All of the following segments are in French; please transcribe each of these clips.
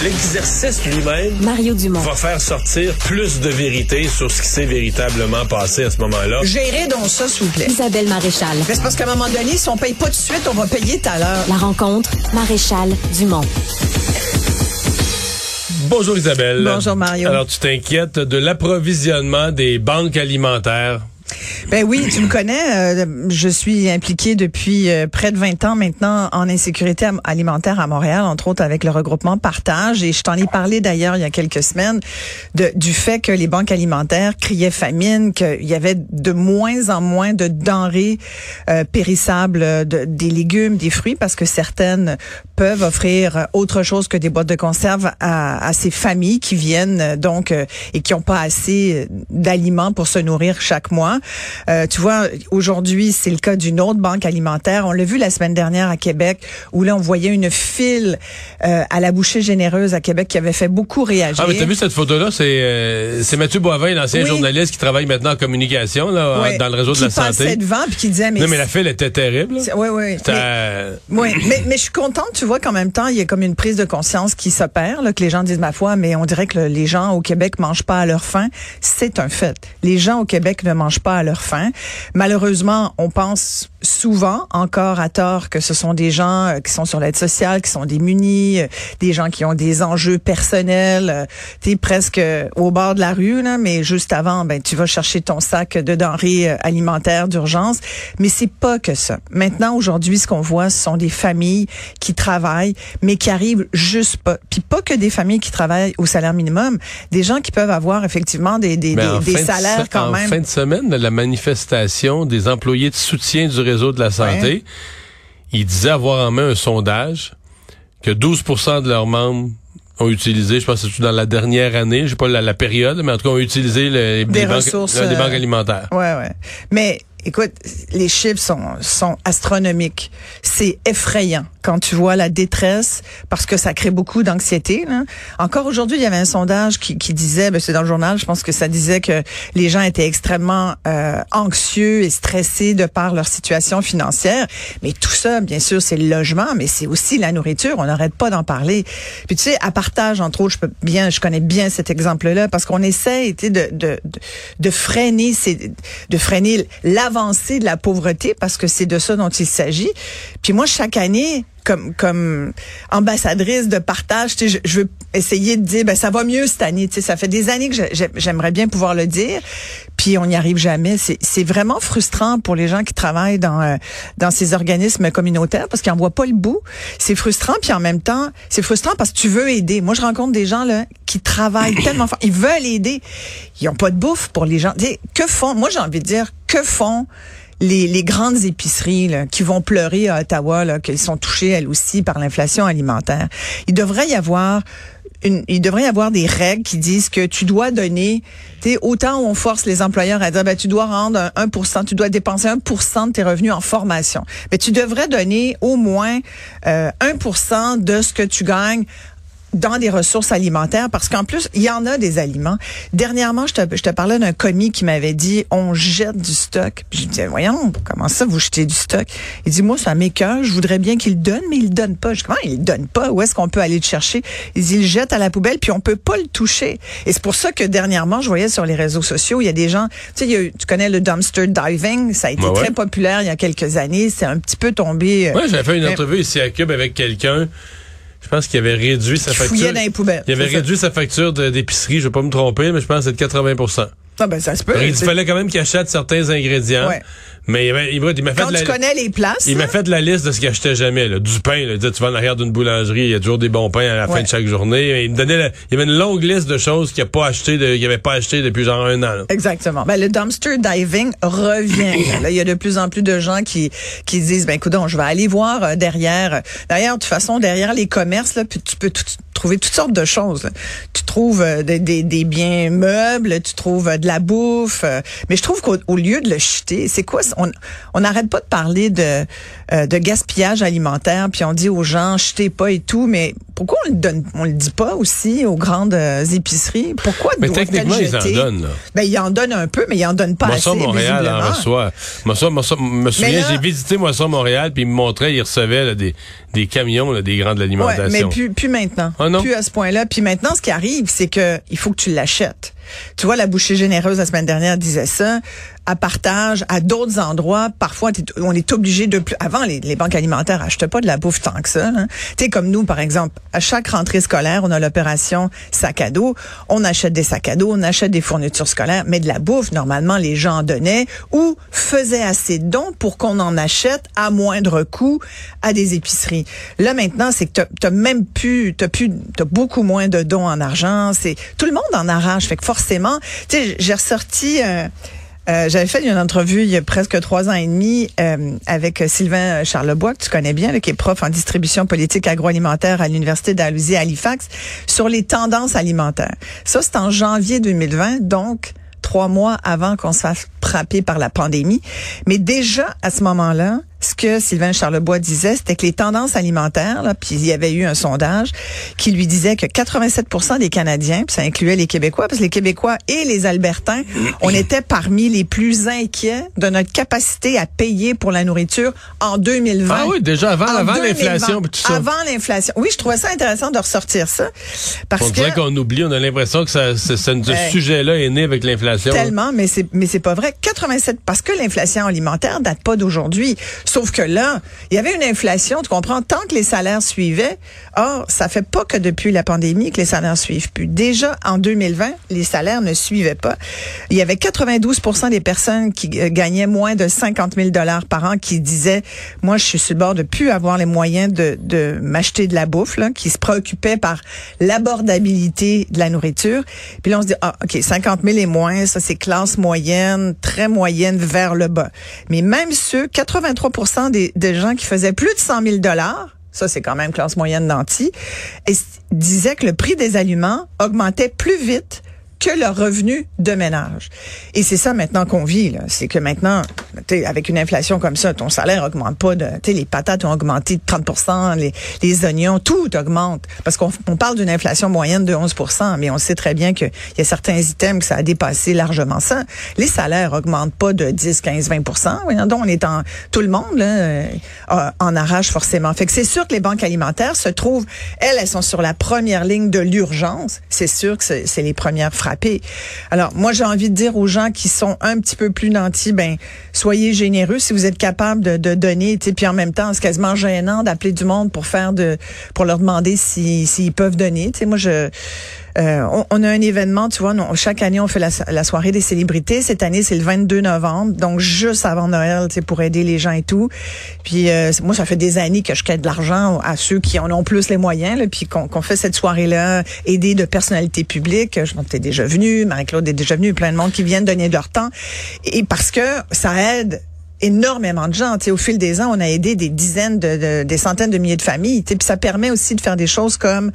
l'exercice lui-même Mario Dumont va faire sortir plus de vérité sur ce qui s'est véritablement passé à ce moment-là. Gérez donc ça, s'il vous plaît. Isabelle Maréchal. Mais c'est parce qu'à un moment donné, si on paye pas tout de suite, on va payer tout à l'heure. La rencontre, Maréchal Dumont. Bonjour Isabelle. Bonjour Mario. Alors tu t'inquiètes de l'approvisionnement des banques alimentaires. Ben oui, tu me connais, je suis impliquée depuis près de 20 ans maintenant en insécurité alimentaire à Montréal, entre autres avec le regroupement Partage, et je t'en ai parlé d'ailleurs il y a quelques semaines du fait que les banques alimentaires criaient famine, qu'il y avait de moins en moins de denrées périssables, des légumes, des fruits, parce que certaines peuvent offrir autre chose que des boîtes de conserve à ces familles qui viennent donc et qui n'ont pas assez d'aliments pour se nourrir chaque mois. Tu vois, aujourd'hui, c'est le cas d'une autre banque alimentaire. On l'a vu la semaine dernière à Québec, où là, on voyait une file à la Bouchée Généreuse à Québec qui avait fait beaucoup réagir. Ah, mais t'as vu cette photo-là? C'est Mathieu Boivin, l'ancien journaliste qui travaille maintenant en communication là, dans le réseau de la santé. Qui passait devant puis qui disait... Non, mais la file était terrible. Oui. Mais je suis contente, tu vois, qu'en même temps, il y a comme une prise de conscience qui s'opère, là, que les gens disent, ma foi, mais on dirait que les gens au Québec mangent pas à leur faim. C'est un fait. Les gens au Québec ne mangent pas à leur faim. Malheureusement, on pense souvent, encore à tort, que ce sont des gens qui sont sur l'aide sociale, qui sont démunis, des gens qui ont des enjeux personnels, t'es presque au bord de la rue, là, mais juste avant, ben tu vas chercher ton sac de denrées alimentaires d'urgence. Mais c'est pas que ça. Maintenant, aujourd'hui, ce qu'on voit, ce sont des familles qui travaillent, mais qui arrivent juste pas. Puis pas que des familles qui travaillent au salaire minimum, des gens qui peuvent avoir effectivement des salaires quand même. En fin de semaine, la manifestation des employés de soutien du réseau de la santé, ils disaient avoir en main un sondage que 12% de leurs membres ont utilisé, je pense que c'est dans la dernière année, je sais pas la période, mais en tout cas ont utilisé les banques alimentaires. Ouais. Mais écoute, les chiffres sont astronomiques. C'est effrayant quand tu vois la détresse, parce que ça crée beaucoup d'anxiété, là. Encore aujourd'hui, il y avait un sondage qui disait, c'est dans le journal, je pense que ça disait que les gens étaient extrêmement anxieux et stressés de par leur situation financière. Mais tout ça, bien sûr, c'est le logement, mais c'est aussi la nourriture. On n'arrête pas d'en parler. Puis tu sais, à Partage, entre autres, je connais bien cet exemple-là, parce qu'on essaie de freiner l'avancée de la pauvreté, parce que c'est de ça dont il s'agit. Puis moi, chaque année, comme ambassadrice de Partage, tu sais, je veux essayer de dire, ça va mieux cette année. Tu sais, ça fait des années que j'aimerais bien pouvoir le dire, puis on n'y arrive jamais. C'est vraiment frustrant pour les gens qui travaillent dans ces organismes communautaires, parce qu'ils en voient pas le bout. C'est frustrant, puis en même temps, c'est frustrant parce que tu veux aider. Moi, je rencontre des gens là qui travaillent tellement fort, ils veulent aider, ils ont pas de bouffe pour les gens. Tu sais, que font? Moi, j'ai envie de dire, que font les grandes épiceries là, qui vont pleurer à Ottawa, là, qu'ils sont touchées elles aussi par l'inflation alimentaire? Il devrait y avoir des règles qui disent que tu dois donner, autant où on force les employeurs à dire, tu dois rendre 1%, tu dois dépenser 1% de tes revenus en formation. Mais tu devrais donner au moins 1% de ce que tu gagnes dans des ressources alimentaires, parce qu'en plus, il y en a des aliments. Dernièrement, je te parlais d'un commis qui m'avait dit, on jette du stock. Puis je disais, voyons, comment ça, vous jetez du stock? Il dit, moi, ça m'écoeure, je voudrais bien qu'il le donne, mais il le donne pas. Je dis, comment il le donne pas? Où est-ce qu'on peut aller le chercher? Il dit, il le jette à la poubelle, puis on peut pas le toucher. Et c'est pour ça que dernièrement, je voyais sur les réseaux sociaux, il y a des gens, tu connais le dumpster diving, ça a été très populaire il y a quelques années, c'est un petit peu tombé. Ouais, j'avais fait une entrevue ici à Cube avec quelqu'un. Je pense qu'il avait réduit sa facture. Fouillait dans les poubelles. Il avait réduit sa facture d'épicerie, je vais pas me tromper, mais je pense que c'est de 80%. Ah ça se peut. Il fallait quand même qu'il achète certains ingrédients. Ouais. Mais il m'a fait quand tu connais les places. Il m'a fait la liste de ce qu'il achetait jamais. Là. Du pain, là. Tu vas en arrière d'une boulangerie, il y a toujours des bons pains à la fin de chaque journée. Il me donnait il y avait une longue liste de choses qu'il avait pas acheté depuis genre 1 an. Là. Exactement. Le dumpster diving revient. Là, il y a de plus en plus de gens qui disent, coudonc, je vais aller voir derrière. D'ailleurs, de toute façon, derrière les commerces, là, tu peux trouver toutes sortes de choses. Là. Tu trouves des biens meubles, tu trouves de la bouffe. Mais je trouve qu'au lieu de le jeter, c'est quoi? On n'arrête pas de parler de gaspillage alimentaire, puis on dit aux gens, jetez pas et tout, mais pourquoi on le dit pas aussi aux grandes épiceries? Pourquoi mais techniquement, ils en donnent. Là. Ils en donnent un peu, mais ils en donnent pas assez, Moisson-Montréal en reçoit. Me souviens, j'ai visité Moisson-Montréal, puis ils me montraient, ils recevaient là, des camions, là, des grands de l'alimentation. Ouais, mais plus maintenant. Ah non? Plus à ce point-là. Puis maintenant, ce qui arrive, c'est que il faut que tu l'achètes. Tu vois, la bouchée généreuse la semaine dernière disait ça. À partage, à d'autres endroits, parfois, on est obligé de plus. Avant, les banques alimentaires achetaient pas de la bouffe tant que ça. Tu sais, comme nous, par exemple, à chaque rentrée scolaire, on a l'opération sac à dos. On achète des sacs à dos, on achète des fournitures scolaires, mais de la bouffe, normalement, les gens en donnaient ou faisaient assez de dons pour qu'on en achète à moindre coût à des épiceries. Là, maintenant, c'est que t'as beaucoup moins de dons en argent. C'est tout le monde en arrache. Fait que forcément, tu sais, j'ai ressorti. J'avais fait une entrevue il y a presque 3 ans et demi avec Sylvain Charlebois, que tu connais bien, là, qui est prof en distribution politique agroalimentaire à l'Université d'Dalhousie à Halifax, sur les tendances alimentaires. Ça, c'est en janvier 2020, donc 3 mois avant qu'on se fasse frapper par la pandémie. Mais déjà, à ce moment-là, ce que Sylvain Charlebois disait, c'était que les tendances alimentaires, là, puis il y avait eu un sondage qui lui disait que 87% des Canadiens, puis ça incluait les Québécois, parce que les Québécois et les Albertains, on était parmi les plus inquiets de notre capacité à payer pour la nourriture en 2020. Ah oui, déjà avant l'inflation. Avant l'inflation. Oui, je trouvais ça intéressant de ressortir ça. Parce on dirait qu'on oublie, on a l'impression que ce sujet-là est né avec l'inflation. Tellement, mais c'est pas vrai. 87, parce que l'inflation alimentaire date pas d'aujourd'hui. Sauf que là, il y avait une inflation, tu comprends, tant que les salaires suivaient. Or, ça fait pas que depuis la pandémie que les salaires suivent plus. Déjà, en 2020, les salaires ne suivaient pas. Il y avait 92% des personnes qui gagnaient moins de 50 000 $ par an qui disaient, moi, je suis sur le bord de plus avoir les moyens de m'acheter de la bouffe, là, qui se préoccupaient par l'abordabilité de la nourriture. Puis là, on se dit, OK, 50 000 et moins, ça, c'est classe moyenne, très moyenne vers le bas. Mais même ceux, 83% des gens qui faisaient plus de 100 000 $, ça c'est quand même classe moyenne nantie, et disaient que le prix des aliments augmentait plus vite que leur revenu de ménage. Et c'est ça maintenant qu'on vit, là. C'est que maintenant, avec une inflation comme ça, ton salaire augmente pas les patates ont augmenté de 30%, les oignons, tout augmente. Parce qu'on parle d'une inflation moyenne de 11%, mais on sait très bien qu'il y a certains items que ça a dépassé largement ça. Les salaires augmentent pas de 10, 15, 20%. Voyons donc, tout le monde, là, en arrache forcément. Fait que c'est sûr que les banques alimentaires se trouvent, elles sont sur la première ligne de l'urgence. C'est sûr que c'est les premières frappées. Alors, moi, j'ai envie de dire aux gens qui sont un petit peu plus nantis, soyez généreux si vous êtes capable de donner, puis en même temps, c'est quasiment gênant d'appeler du monde pour leur demander s'ils peuvent donner. Moi, on a un événement, tu vois, chaque année, on fait la soirée des célébrités. Cette année, c'est le 22 novembre, donc juste avant Noël, pour aider les gens et tout. Puis moi, ça fait des années que je quête de l'argent à ceux qui en ont plus les moyens, là, puis qu'on fait cette soirée-là, aider de personnalités publiques. Je pense que t'es déjà venu, Marie-Claude est déjà venue, plein de monde qui viennent donner de leur temps. Et parce que ça aide énormément de gens. Au fil des ans, on a aidé des dizaines des centaines de milliers de familles. Puis ça permet aussi de faire des choses comme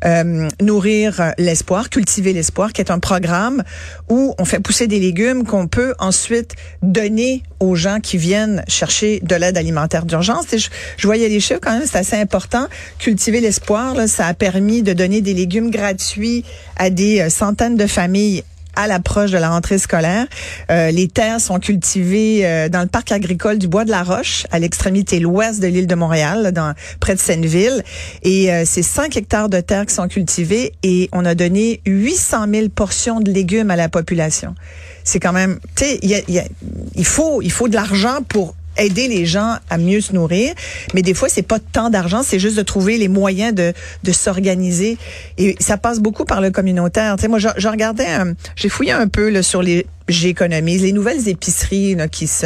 nourrir l'espoir, cultiver l'espoir, qui est un programme où on fait pousser des légumes qu'on peut ensuite donner aux gens qui viennent chercher de l'aide alimentaire d'urgence. Je voyais les chiffres quand même, c'est assez important. Cultiver l'espoir, là, ça a permis de donner des légumes gratuits à des centaines de familles à l'approche de la rentrée scolaire. Les terres sont cultivées dans le parc agricole du Bois de la Roche, à l'extrémité l'ouest de l'île de Montréal, près de Senneville. Et c'est 5 hectares de terres qui sont cultivées et on a donné 800 000 portions de légumes à la population. C'est quand même, tu sais, il faut de l'argent pour aider les gens à mieux se nourrir, mais des fois c'est pas tant d'argent, c'est juste de trouver les moyens de s'organiser, et ça passe beaucoup par le communautaire. Tu sais, moi je regardais, j'ai fouillé un peu là, sur j'économise les nouvelles épiceries là, qui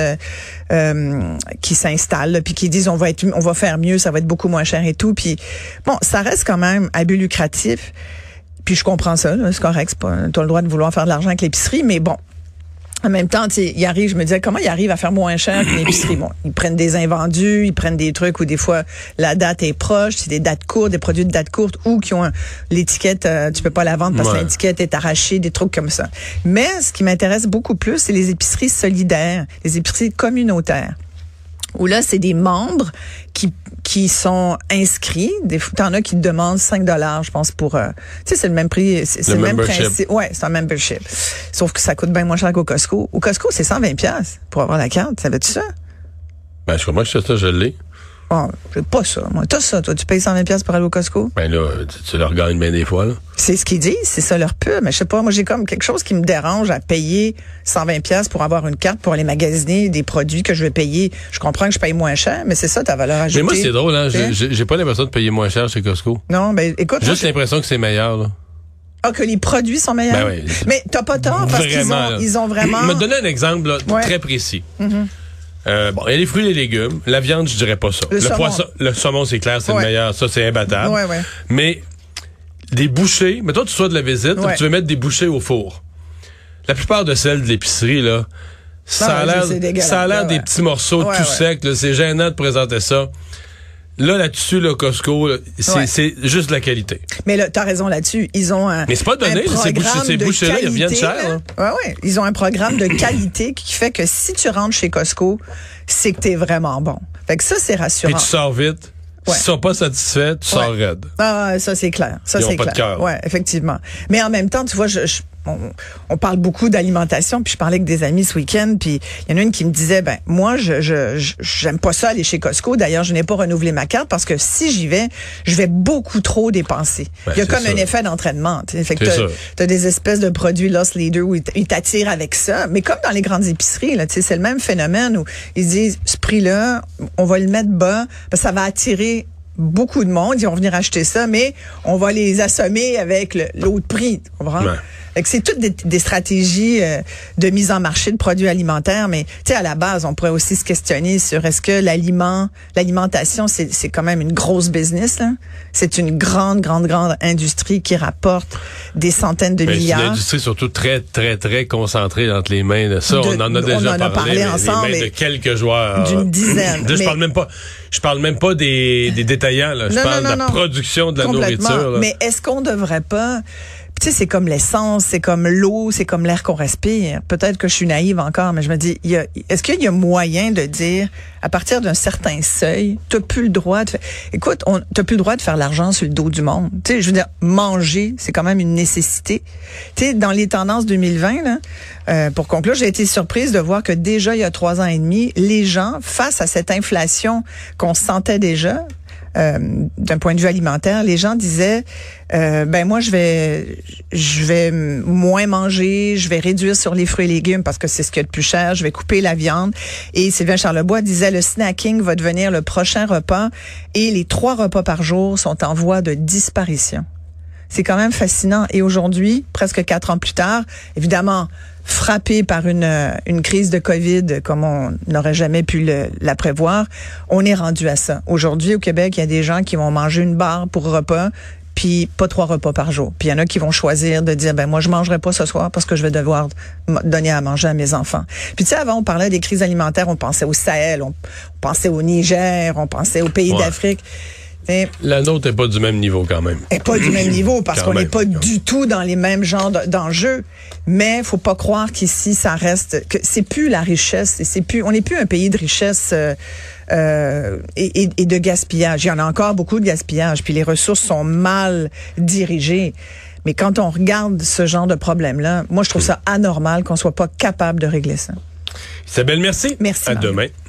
s'installent puis qui disent on va faire mieux, ça va être beaucoup moins cher et tout, puis bon, ça reste quand même à but lucratif. Puis je comprends ça, là, c'est correct, t'as le droit de vouloir faire de l'argent avec l'épicerie, mais bon. En même temps, je me disais, comment ils arrivent à faire moins cher qu'une épicerie? Bon, ils prennent des invendus, ils prennent des trucs où des fois la date est proche, c'est des dates courtes, des produits de date courte, ou qui ont l'étiquette, tu peux pas la vendre parce que l'étiquette est arrachée, des trucs comme ça. Mais ce qui m'intéresse beaucoup plus, c'est les épiceries solidaires, les épiceries communautaires. Où là, c'est des membres qui sont inscrits. T'en as qui te demandent 5 $, je pense, pour... tu sais, c'est le même prix. C'est le même principe. Ouais, c'est un membership. Sauf que ça coûte bien moins cher qu'au Costco. Au Costco, c'est 120$ pour avoir la carte. Savais-tu ça? Ben, je comprends que ça, je l'ai. Oh, j'ai pas ça. Moi, t'as ça, toi. Tu payes 120$ pour aller au Costco? Ben là, tu leur gagnes bien des fois, là. C'est ce qu'ils disent, c'est ça leur pub. Mais je sais pas, moi, j'ai comme quelque chose qui me dérange à payer 120$ pour avoir une carte pour aller magasiner des produits que je vais payer. Je comprends que je paye moins cher, mais c'est ça ta valeur ajoutée. Mais moi, c'est drôle, hein. J'ai pas l'impression de payer moins cher chez Costco. Non, ben, écoute. Juste l'impression que c'est meilleur, là. Ah, que les produits sont meilleurs? Ben oui. Mais t'as pas tort parce qu'ils ont vraiment... Me donner un exemple, là, très précis. Mm-hmm. Bon, il y a les fruits et les légumes. La viande, je dirais pas ça. Le saumon, c'est clair, c'est le meilleur. Ça, c'est imbattable. Ouais. Mais des bouchées, mettons tu sois de la visite, tu veux mettre des bouchées au four. La plupart de celles de l'épicerie, là, ça a l'air des petits morceaux tout secs. Là, c'est gênant de présenter ça. Là-dessus, le Costco, là, c'est juste la qualité. Mais là, t'as raison là-dessus. Ils ont un. Mais c'est pas donné, ces bouchées-là, ils reviennent cher. Ouais. Ils ont un programme de qualité qui fait que si tu rentres chez Costco, c'est que t'es vraiment bon. Fait que ça, c'est rassurant. Puis tu sors vite. Ouais. S'ils sont pas satisfaits, tu sors raide. Ah, ça, c'est clair. Ça, ils c'est ont pas clair. De cœur. Ouais, effectivement. Mais en même temps, tu vois, on parle beaucoup d'alimentation, puis je parlais avec des amis ce week-end, puis il y en a une qui me disait, ben moi, j'aime pas ça aller chez Costco. D'ailleurs, je n'ai pas renouvelé ma carte parce que si j'y vais, je vais beaucoup trop dépenser. Il y a comme un effet d'entraînement. Fait que t'as des espèces de produits loss leader où ils t'attirent avec ça. Mais comme dans les grandes épiceries, là, c'est le même phénomène où ils disent, ce prix-là, on va le mettre bas, parce que ça va attirer beaucoup de monde, ils vont venir acheter ça, mais on va les assommer avec l'autre prix, tu comprends? Ouais. Fait que c'est toutes des stratégies de mise en marché de produits alimentaires, mais tu sais, à la base, on pourrait aussi se questionner sur est-ce que l'alimentation, c'est quand même une grosse business, là. C'est une grande industrie qui rapporte des centaines de milliards. C'est une industrie surtout très, très, très concentrée entre les mains de ça. On en a déjà parlé ensemble. Les mains de quelques joueurs. D'une dizaine. Je parle même pas des détaillants, là. Je parle de la production de la nourriture, là. Mais est-ce qu'on devrait pas... Tu sais, c'est comme l'essence, c'est comme l'eau, c'est comme l'air qu'on respire. Peut-être que je suis naïve encore, mais je me dis, est-ce qu'il y a moyen de dire, à partir d'un certain seuil, t'as plus le droit de faire... Écoute, t'as plus le droit de faire l'argent sur le dos du monde. Tu sais, je veux dire, manger, c'est quand même une nécessité. Tu sais, dans les tendances 2020, là, pour conclure, j'ai été surprise de voir que déjà, il y a 3 ans et demi, les gens, face à cette inflation qu'on sentait déjà, d'un point de vue alimentaire, les gens disaient ben moi je vais moins manger, je vais réduire sur les fruits et légumes parce que c'est ce qu'il y a de plus cher, je vais couper la viande. Et Sylvain Charlebois disait le snacking va devenir le prochain repas et les 3 repas par jour sont en voie de disparition. C'est quand même fascinant. Et aujourd'hui, presque 4 ans plus tard, évidemment, frappé par une crise de COVID comme on n'aurait jamais pu la prévoir, on est rendu à ça. Aujourd'hui, au Québec, il y a des gens qui vont manger une barre pour repas, puis pas 3 repas par jour. Puis il y en a qui vont choisir de dire, ben moi, je mangerai pas ce soir parce que je vais devoir donner à manger à mes enfants. Puis tu sais, avant, on parlait des crises alimentaires, on pensait au Sahel, on pensait au Niger, on pensait aux pays d'Afrique. La nôtre n'est pas du même niveau quand même. Elle n'est pas du même niveau parce qu'on n'est pas du tout dans les mêmes genres d'enjeux. Mais faut pas croire qu'ici ça reste, que c'est plus la richesse, on n'est plus un pays de richesse et de gaspillage. Il y en a encore beaucoup de gaspillage, puis les ressources sont mal dirigées. Mais quand on regarde ce genre de problème-là, moi je trouve ça anormal qu'on soit pas capable de régler ça. Isabelle, merci. Merci. À demain.